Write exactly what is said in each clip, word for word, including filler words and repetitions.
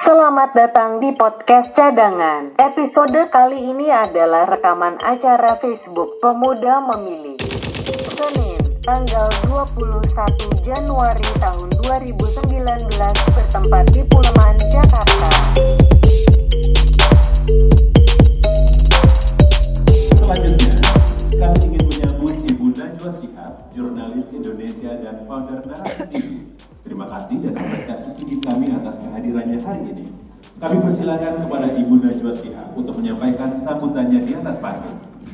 Selamat datang di podcast cadangan. Episode kali ini adalah rekaman acara Facebook Pemuda Memilih. Senin, tanggal dua puluh satu Januari tahun dua ribu sembilan belas, bertempat di Puleman, Jakarta. Selanjutnya, kami ingin menyambut Ibu Najwa Shihab, jurnalis Indonesia dan founder Narasi T V. Terima kasih dan apresiasi tinggi kami atas kehadirannya hari ini. Kami persilakan kepada Ibu Najwa Shihab untuk menyampaikan sambutannya di atas panggung.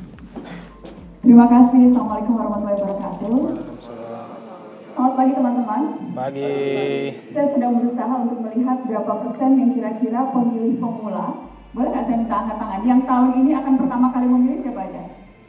Terima kasih. Assalamualaikum warahmatullahi wabarakatuh. Selamat pagi teman-teman. Pagi. Saya sedang berusaha untuk melihat berapa persen yang kira-kira pemilih pemula. Boleh nggak saya minta angkat tangan? Yang tahun ini akan pertama kali memilih siapa aja?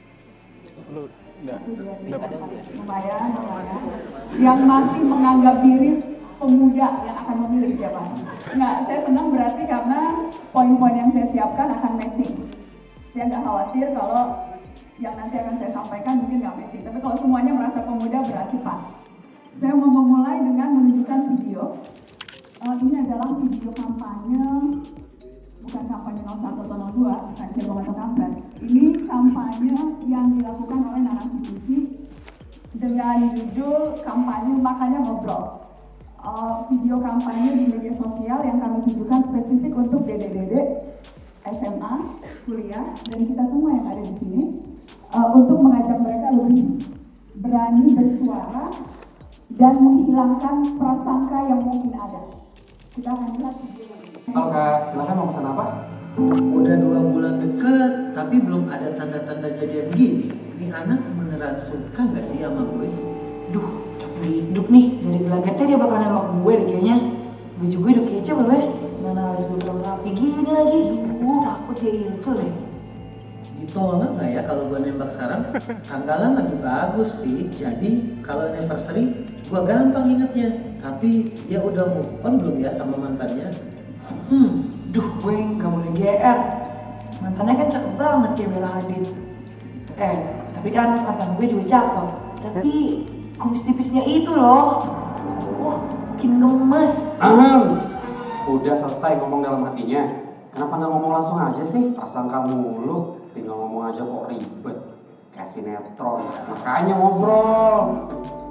Lu udah. Lumayan, lumayan. Yang masih menganggap diri pemuda yang akan memilih siapa? Nggak, saya senang berarti karena poin-poin yang saya siapkan akan matching. Saya nggak khawatir kalau yang nanti akan saya sampaikan mungkin nggak matching. Tapi kalau semuanya merasa pemuda berarti pas. Saya mau memulai dengan menunjukkan video. Uh, ini adalah video kampanye, bukan kampanye nol satu atau nol dua, bukan saya mau katakan. Ini kampanye yang dilakukan oleh Narasi T V dengan judul kampanye Makanya Ngobrol. Uh, video kampanye di media sosial yang kami tujukan spesifik untuk dede-dede, S M A, kuliah, dan kita semua yang ada di sini uh, untuk mengajak mereka lebih berani bersuara dan menghilangkan prasangka yang mungkin ada. Kita akan lihat video ini. Halo Kak, silakan mau pesan apa? Udah dua bulan deket, tapi belum ada tanda-tanda jadian gini. Ini anak beneran suka nggak sih sama gue? Duh, udah hidup nih. Dari gelagatnya dia bakalan nembak gue deh kayaknya. Baju gue udah kece belum ya? Mana alis gue belum rapi gini lagi. Duh, takut dia ilfil deh. Ditolak nggak ya kalau gue nembak sekarang? Tanggalan lagi bagus sih. Jadi kalau anniversary, gue gampang ingetnya. Tapi dia udah move on belum ya sama mantannya? Hmm, duh gue gak boleh G R. Mantannya kan cakep banget kayak Bella Hadid. Eh, tapi kan mantan gue juga cakep. Tapi kumis tipisnya itu loh. Wah, makin gemes. Ahem. Udah selesai ngomong dalam hatinya. Kenapa nggak ngomong langsung aja sih? Prasangka mulu. Tinggal ngomong aja kok ribet. Kayak sinetron. Makanya ngobrol.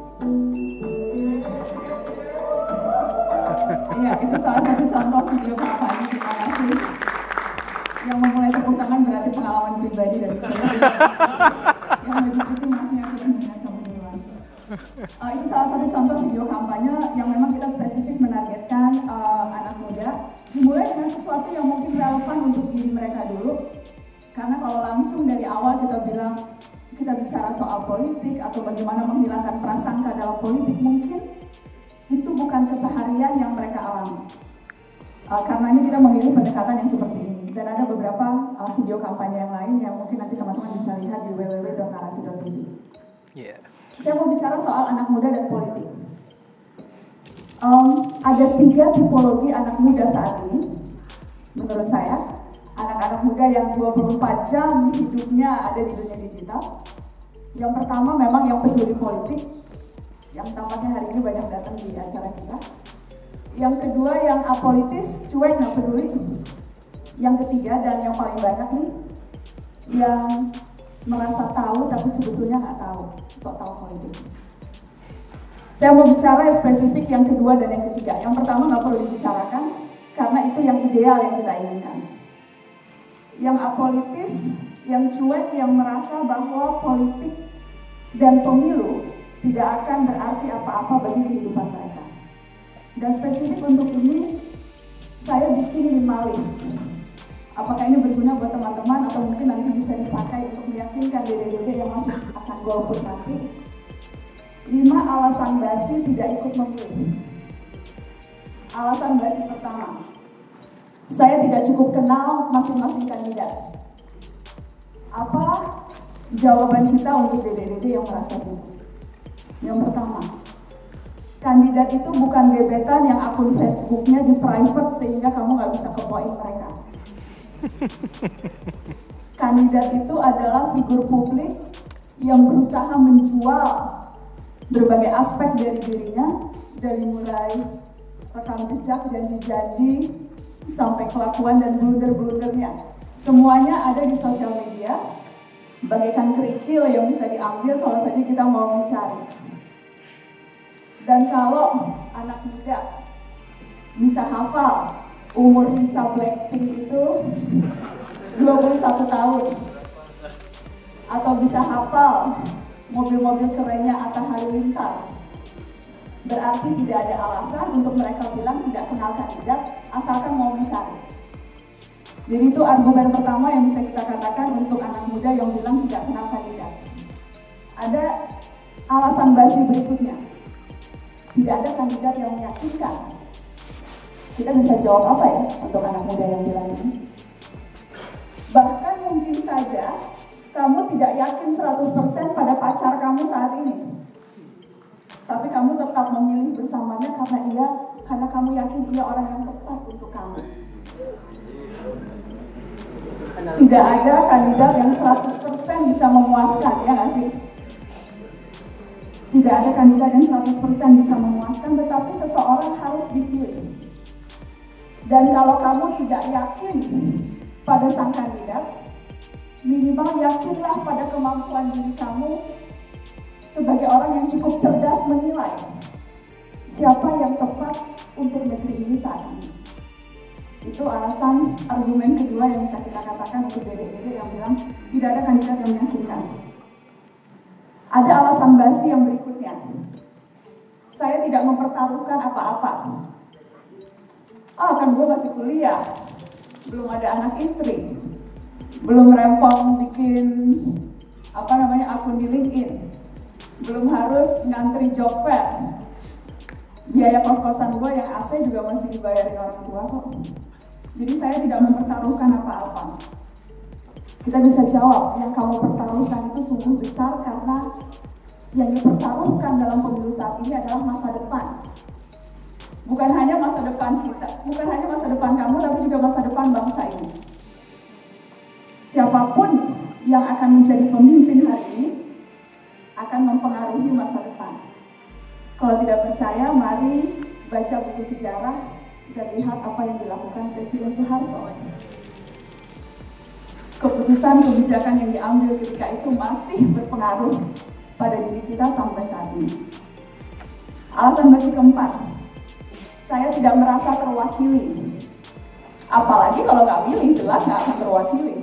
Iya, itu salah satu contoh video kampanye. Terima kasih. Yang memulai tepuk tangan berarti pengalaman pribadi dari saya. Yang lebih itu masnya sudah mengingat kamu duluan. Uh, itu salah satu contoh video kampanye yang memang kita spesifik menargetkan uh, anak muda. Dimulai dengan sesuatu yang mungkin relevan untuk diri mereka dulu. Karena kalau langsung dari awal kita bilang kita bicara soal politik atau bagaimana menghilangkan prasangka dalam politik, mungkin itu bukan keseharian yang mereka alami. Uh, karena ini kita memilih pendekatan yang seperti ini. Dan ada beberapa uh, video kampanye yang lain yang mungkin nanti teman-teman bisa lihat di w w w dot narasi dot t v. Yeah. Saya mau bicara soal anak muda dan politik. Um, ada tiga tipologi anak muda saat ini, menurut saya. Anak-anak muda yang dua puluh empat jam hidupnya ada di dunia digital. Yang pertama memang yang peduli politik, yang tampaknya hari ini banyak datang di acara kita. Yang kedua yang apolitis, cuek, nggak peduli. Yang ketiga dan yang paling banyak nih, yang merasa tahu tapi sebetulnya nggak tahu, sok tahu politik. Saya mau bicara spesifik yang kedua dan yang ketiga. Yang pertama nggak perlu dibicarakan karena itu yang ideal yang kita inginkan. Yang apolitis, yang cuek, yang merasa bahwa politik dan pemilu tidak akan berarti apa-apa bagi kehidupan mereka. Dan spesifik untuk ini, saya bikin lima list. Apakah ini berguna buat teman-teman atau mungkin nanti bisa dipakai untuk meyakinkan dede-dede yang masih akan golput nanti. Lima alasan basi tidak ikut memilih. Alasan basi pertama, saya tidak cukup kenal masing-masing kandidat. Apa jawaban kita untuk dede-dede yang merasa gitu? Yang pertama, kandidat itu bukan gebetan yang akun Facebooknya di private sehingga kamu nggak bisa kepoin mereka. Kandidat itu adalah figur publik yang berusaha menjual berbagai aspek dari dirinya, dari mulai rekam jejak, janji-janji, sampai kelakuan dan blunder-blundernya. Semuanya ada di sosial media, bagaikan kerikil yang bisa diambil kalau saja kita mau mencari. Dan kalau anak muda bisa hafal umur Lisa Blackpink itu dua puluh satu tahun, atau bisa hafal mobil-mobil kerennya Atta Halilintar, berarti tidak ada alasan untuk mereka bilang tidak kenal kandidat asalkan mau mencari. Jadi itu argumen pertama yang bisa kita katakan untuk anak muda yang bilang tidak kenal kandidat. Ada alasan basi berikutnya, tidak ada kandidat yang meyakinkan. Kita bisa jawab apa ya untuk anak muda yang bilang ini? Bahkan mungkin saja kamu tidak yakin seratus persen pada pacar kamu saat ini, tapi kamu tetap memilih bersamanya karena ia, karena kamu yakin ia orang yang tepat untuk kamu. Tidak ada kandidat yang seratus persen bisa memuaskan, ya nggak sih? Tidak ada kandidat yang seratus persen bisa memuaskan, tetapi seseorang harus dipilih. Dan kalau kamu tidak yakin pada sang kandidat, minimal yakinlah pada kemampuan diri kamu sebagai orang yang cukup cerdas menilai siapa yang tepat untuk negeri ini saat ini. Itu alasan argumen kedua yang bisa kita katakan untuk dedek-dedek yang bilang tidak ada kandidat yang meyakinkan. Ada alasan basi yang berikutnya. Saya tidak mempertaruhkan apa-apa. Ah, kan gue masih kuliah, belum ada anak istri, belum rempong bikin apa namanya akun di LinkedIn, belum harus ngantri job fair, biaya kos-kosan gue yang A C juga masih dibayarin orang tua kok. Jadi saya tidak mempertaruhkan apa-apa. Kita bisa jawab, yang kamu pertaruhkan itu sungguh besar karena yang dipertaruhkan dalam pemilu saat ini adalah masa depan. Bukan hanya masa depan kita, bukan hanya masa depan kamu, tapi juga masa depan bangsa ini. Siapapun yang akan menjadi pemimpin hari ini akan mempengaruhi masa depan. Kalau tidak percaya, mari baca buku sejarah dan lihat apa yang dilakukan Presiden Soeharto. Keputusan kebijakan yang diambil ketika itu masih berpengaruh pada diri kita sampai saat ini. Alasan basi keempat, saya tidak merasa terwakili. Apalagi kalau nggak milih, jelas nggak akan terwakili.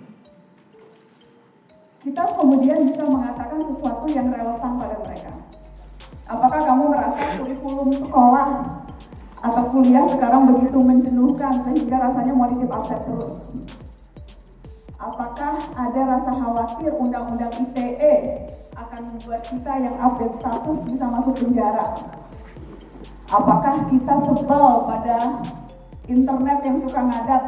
Kita kemudian bisa mengatakan sesuatu yang relevan pada mereka. Apakah kamu merasa kurikulum sekolah atau kuliah sekarang begitu menjenuhkan sehingga rasanya mau ditip absen terus? Apakah ada rasa khawatir undang-undang I T E akan membuat kita yang update status bisa masuk penjara? Apakah kita sebel pada internet yang suka ngadat?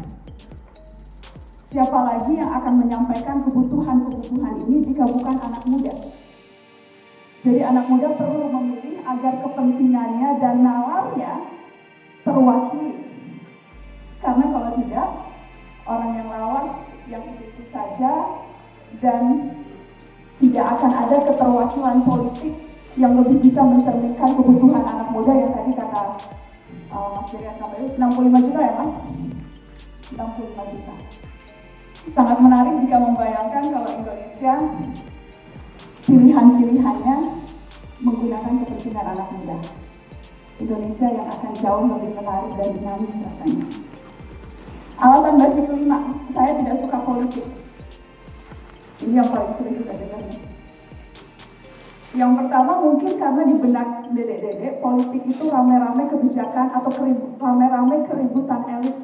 Siapa lagi yang akan menyampaikan kebutuhan-kebutuhan ini jika bukan anak muda? Jadi anak muda perlu memilih agar kepentingannya dan nalarnya terwakili. Karena kalau tidak, orang yang lawas yang itu saja dan tidak akan ada keterwakilan politik yang lebih bisa mencerminkan kebutuhan anak muda yang tadi kata uh, Mas Berian K P U enam puluh lima juta ya Mas? enam puluh lima juta. Sangat menarik jika membayangkan kalau Indonesia pilihan-pilihannya menggunakan kepentingan anak muda. Indonesia yang akan jauh lebih menarik dan dinamis rasanya. Alasan basi kelima, saya tidak suka politik. Ini yang paling sering kita dengar. Yang pertama mungkin karena di benak dedek-dedek politik itu rame-rame kebijakan atau keribut, rame-rame keributan elit.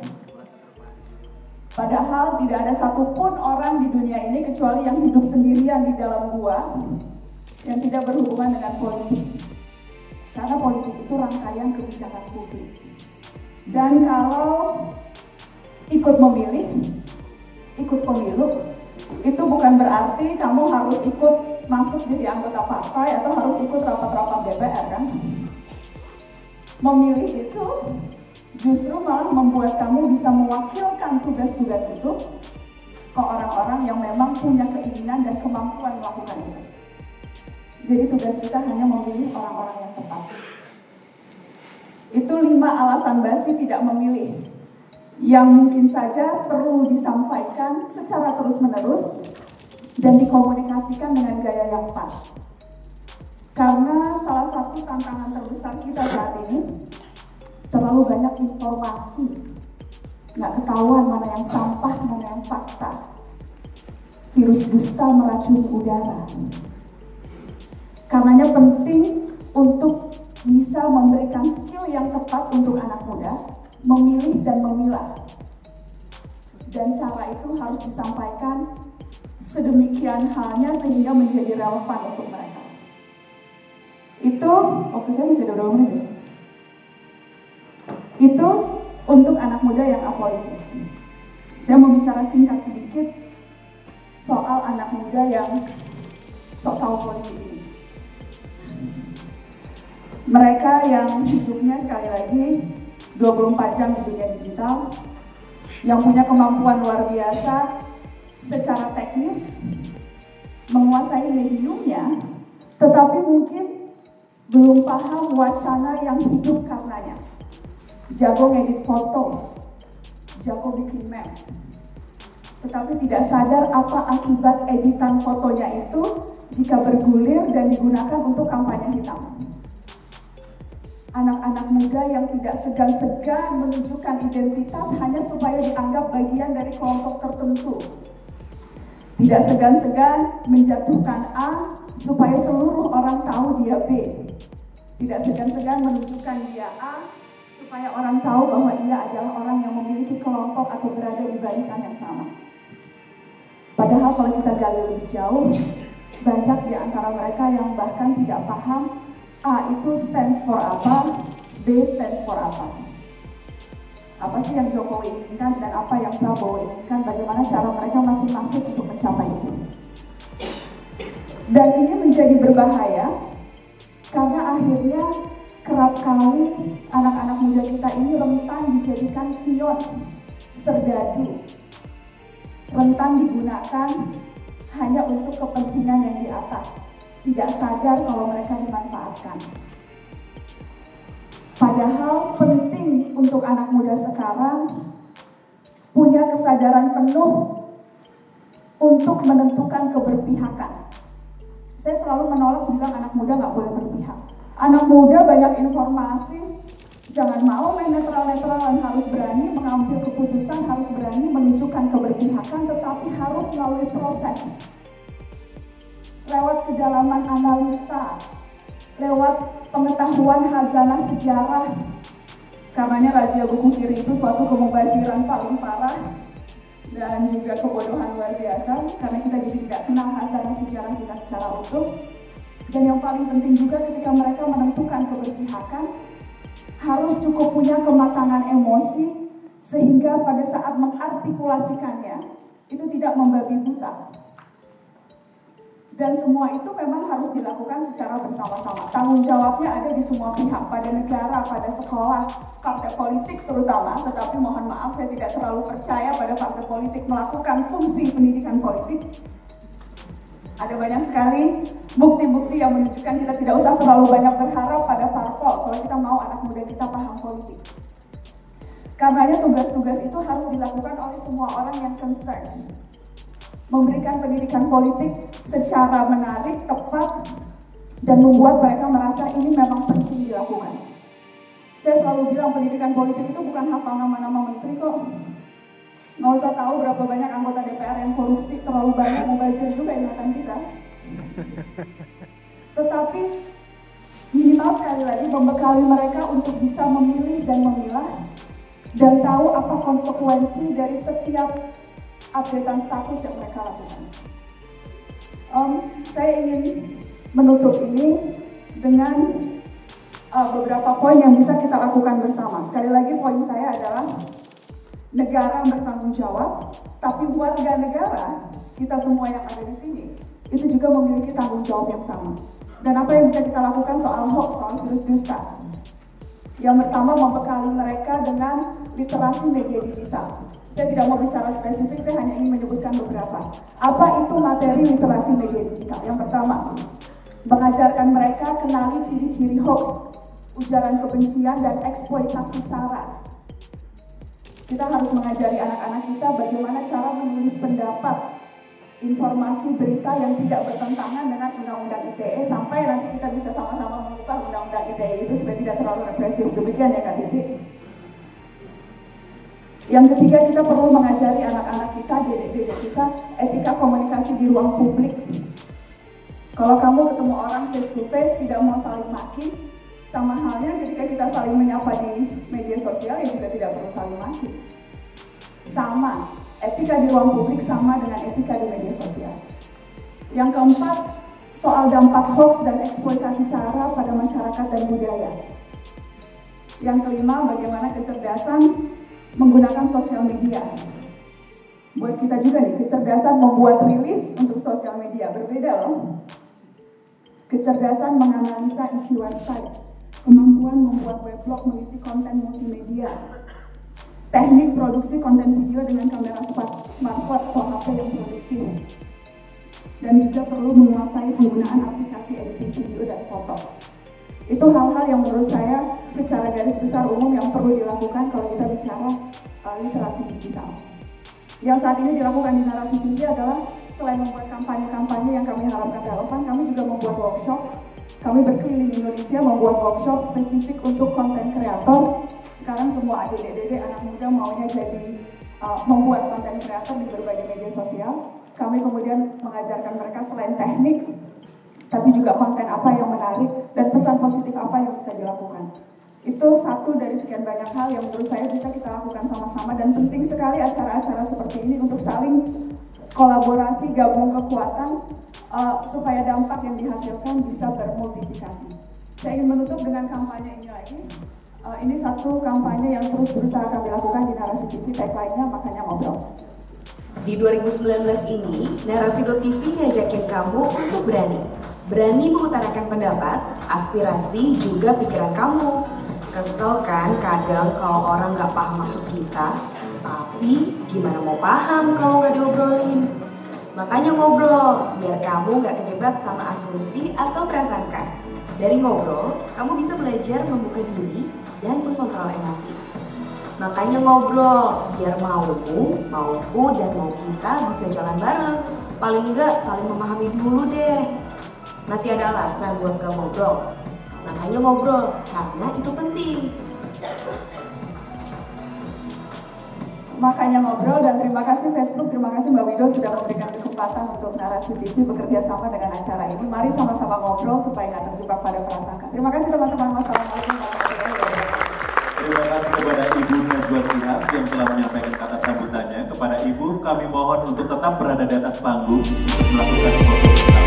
Padahal tidak ada satupun orang di dunia ini kecuali yang hidup sendirian di dalam gua yang tidak berhubungan dengan politik. Karena politik itu rangkaian kebijakan publik. Dan kalau ikut memilih, ikut pemilu, itu bukan berarti kamu harus ikut masuk jadi anggota partai atau harus ikut rapat-rapat D P R kan? Memilih itu justru malah membuat kamu bisa mewakilkan tugas-tugas itu ke orang-orang yang memang punya keinginan dan kemampuan melakukan itu. Jadi tugas kita hanya memilih orang-orang yang tepat. Itu lima alasan basi tidak memilih. yang mungkin saja perlu disampaikan secara terus-menerus dan dikomunikasikan dengan gaya yang pas. Karena salah satu tantangan terbesar kita saat ini, terlalu banyak informasi, nggak ketahuan mana yang sampah, mana yang fakta. Virus dusta meracuni udara. Karenanya penting untuk bisa memberikan skill yang tepat untuk anak muda, memilih dan memilah. Dan cara itu harus disampaikan sedemikian halnya sehingga menjadi relevan untuk mereka. Itu, oke saya masih ada berapa menit ya? Itu untuk anak muda yang apolitis. Saya mau bicara singkat sedikit soal anak muda yang sok tahu politik ini. Mereka yang hidupnya sekali lagi dua puluh empat jam di dunia digital, yang punya kemampuan luar biasa secara teknis, menguasai mediumnya, tetapi mungkin belum paham wacana yang hidup karenanya. Jago ngedit foto, jago bikin meme, tetapi tidak sadar apa akibat editan fotonya itu jika bergulir dan digunakan untuk kampanye hitam. Anak-anak muda yang tidak segan-segan menunjukkan identitas hanya supaya dianggap bagian dari kelompok tertentu. Tidak segan-segan menjatuhkan A supaya seluruh orang tahu dia B. Tidak segan-segan menunjukkan dia A supaya orang tahu bahwa ia adalah orang yang memiliki kelompok atau berada di barisan yang sama. Padahal kalau kita gali lebih jauh, banyak di antara mereka yang bahkan tidak paham A itu stands for apa, B stands for apa. Apa sih yang Jokowi inginkan dan apa yang Prabowo inginkan, bagaimana cara mereka masing-masing untuk mencapai itu. Dan ini menjadi berbahaya karena akhirnya kerap kali anak-anak muda kita ini rentan dijadikan pion, serdadu, rentan digunakan hanya untuk kepentingan yang di atas, tidak sadar kalau mereka dimanfaatkan. Padahal penting untuk anak muda sekarang punya kesadaran penuh untuk menentukan keberpihakan. Saya selalu menolak bilang anak muda nggak boleh berpihak. Anak muda banyak informasi, jangan mau main netral-netralan, harus berani mengambil keputusan, harus berani menunjukkan keberpihakan, tetapi harus melalui proses. Lewat kedalaman analisa, lewat pengetahuan khazanah sejarah. Karenanya razia buku kiri itu suatu kemubaziran paling parah dan juga kebodohan luar biasa, karena kita jadi tidak kenal khazanah sejarah kita secara utuh. Dan yang paling penting juga ketika mereka menentukan keberpihakan, harus cukup punya kematangan emosi sehingga pada saat mengartikulasikannya itu tidak membabi buta. Dan semua itu memang harus dilakukan secara bersama-sama. Tanggung jawabnya ada di semua pihak, pada negara, pada sekolah, partai politik terutama. Tetapi mohon maaf, saya tidak terlalu percaya pada partai politik melakukan fungsi pendidikan politik. Ada banyak sekali bukti-bukti yang menunjukkan kita tidak usah terlalu banyak berharap pada parpol kalau kita mau anak muda kita paham politik. Karenanya tugas-tugas itu harus dilakukan oleh semua orang yang concern. Memberikan pendidikan politik secara menarik, tepat, dan membuat mereka merasa ini memang penting dilakukan. Saya selalu bilang pendidikan politik itu bukan hafal nama-nama menteri kok. Nggak usah tahu berapa banyak anggota D P R yang korupsi, terlalu banyak mubazir juga ingatan kita. Tetapi minimal sekali lagi membekali mereka untuk bisa memilih dan memilah dan tahu apa konsekuensi dari setiap updatean status yang mereka lakukan. Um, saya ingin menutup ini dengan uh, beberapa poin yang bisa kita lakukan bersama. Sekali lagi poin saya adalah negara bertanggung jawab, tapi warga negara, kita semua yang ada di sini, itu juga memiliki tanggung jawab yang sama. Dan apa yang bisa kita lakukan soal hoax, soal virus dusta? Yang pertama, membekali mereka dengan literasi media digital. Saya tidak mau bicara spesifik, saya hanya ingin menyebutkan beberapa. Apa itu materi literasi media digital? Yang pertama, mengajarkan mereka kenali ciri-ciri hoax, ujaran kebencian, dan eksploitasi sara. Kita harus mengajari anak-anak kita bagaimana cara menulis pendapat, informasi berita yang tidak bertentangan dengan Undang-Undang I T E sampai nanti kita bisa sama-sama mengubah Undang-Undang I T E itu supaya tidak terlalu represif. Demikian ya Kak Titi. Yang ketiga, kita perlu mengajari anak-anak kita, dedek-dedek kita, etika komunikasi di ruang publik. Kalau kamu ketemu orang face to face tidak mau saling maki, sama halnya ketika kita saling menyapa di media sosial ya juga tidak perlu saling maki. Sama, etika di ruang publik sama dengan etika di media sosial. Yang keempat, soal dampak hoax dan eksploitasi sara pada masyarakat dan budaya. Yang kelima, bagaimana kecerdasan menggunakan sosial media. Buat kita juga nih, kecerdasan membuat rilis untuk sosial media, berbeda loh. Kecerdasan menganalisa isi website, kemampuan membuat weblog mengisi konten multimedia, teknik produksi konten video dengan kamera smartphone atau H P yang produktif, dan juga perlu menguasai penggunaan aplikasi editing video dan foto. Itu hal-hal yang menurut saya secara garis besar umum yang perlu dilakukan kalau kita bicara uh, literasi digital. Yang saat ini dilakukan di Narasi T V adalah selain membuat kampanye-kampanye yang kami harapkan relevan, kami juga membuat workshop. Kami berkeliling Indonesia membuat workshop spesifik untuk konten kreator. Sekarang semua adik-adik, anak muda maunya jadi uh, membuat konten kreator di berbagai media sosial. Kami kemudian mengajarkan mereka selain teknik, tapi juga konten apa yang menarik dan pesan positif apa yang bisa dilakukan. Itu satu dari sekian banyak hal yang menurut saya bisa kita lakukan sama-sama, dan penting sekali acara-acara seperti ini untuk saling kolaborasi, gabung kekuatan uh, supaya dampak yang dihasilkan bisa bermultiplikasi. Saya ingin menutup dengan kampanye ini lagi. Uh, ini satu kampanye yang terus berusaha kami lakukan di Narasi T V, tagline-nya makanya ngobrol. Di dua ribu sembilan belas ini, Narasi.tv ngajakin kamu untuk berani. Berani mengutarakan pendapat, aspirasi, juga pikiran kamu. Kesel kan kadang kalau orang gak paham maksud kita, tapi gimana mau paham kalau gak diobrolin? Makanya ngobrol, biar kamu gak kejebak sama asumsi atau prasangka. Dari ngobrol, kamu bisa belajar membuka diri dan mengontrol emosi. Makanya ngobrol, biar maumu, mauku, dan mau kita bisa jalan bareng. Paling enggak saling memahami dulu deh. Masih ada alasan buat gak ngobrol? Makanya ngobrol, karena itu penting. Makanya ngobrol, dan terima kasih Facebook, terima kasih Mbak Wido sudah memberikan kesempatan untuk Narasi T V bekerja sama dengan acara ini. Mari sama-sama ngobrol supaya nggak terjebak pada prasangka. Terima kasih teman-teman. Wassalamualaikum warahmatullahi wabarakatuh. Terima kasih kepada Ibu Najwa Shihab yang telah menyampaikan kata sambutannya. Kepada Ibu, kami mohon untuk tetap berada di atas panggung untuk melakukan